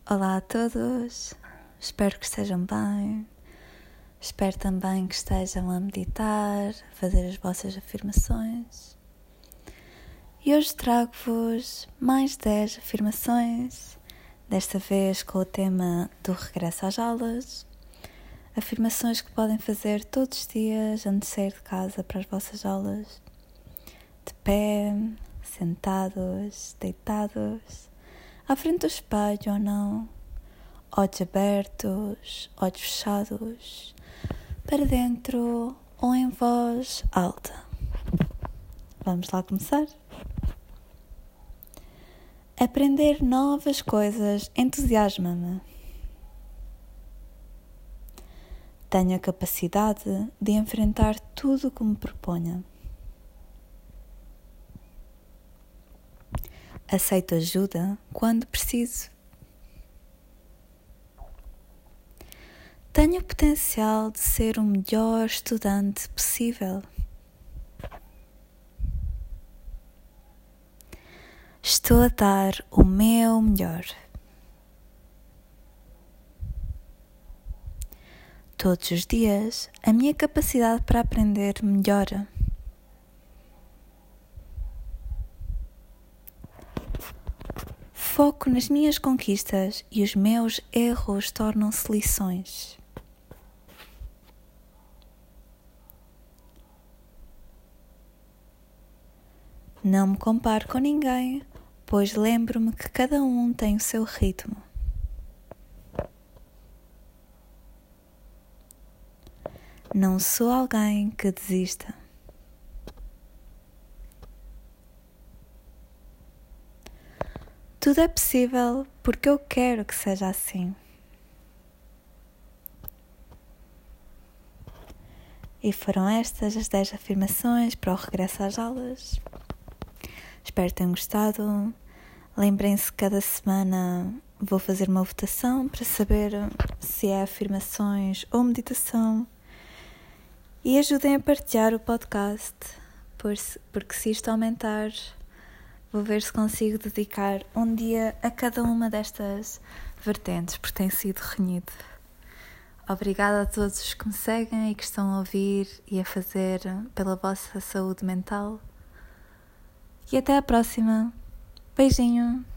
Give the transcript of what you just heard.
Olá a todos, espero que estejam bem, espero também que estejam a meditar, a fazer as vossas afirmações. E hoje trago-vos mais 10 afirmações, desta vez com o tema do regresso às aulas. Afirmações que podem fazer todos os dias antes de sair de casa para as vossas aulas. De pé, sentados, deitados, à frente do espelho ou não, olhos abertos, olhos fechados, para dentro ou em voz alta. Vamos lá começar? Aprender novas coisas entusiasma-me. Tenho a capacidade de enfrentar tudo o que me proponha. Aceito ajuda quando preciso. Tenho o potencial de ser o melhor estudante possível. Estou a dar o meu melhor. Todos os dias, a minha capacidade para aprender melhora. Foco nas minhas conquistas e os meus erros tornam-se lições. Não me comparo com ninguém, pois lembro-me que cada um tem o seu ritmo. Não sou alguém que desista. Tudo é possível porque eu quero que seja assim. E foram estas as 10 afirmações para o regresso às aulas. Espero que tenham gostado. Lembrem-se que cada semana vou fazer uma votação para saber se é afirmações ou meditação. E ajudem a partilhar o podcast, porque se isto aumentar, vou ver se consigo dedicar um dia a cada uma destas vertentes, porque tem sido renhido. Obrigada a todos os que me seguem e que estão a ouvir e a fazer pela vossa saúde mental. E até à próxima. Beijinho!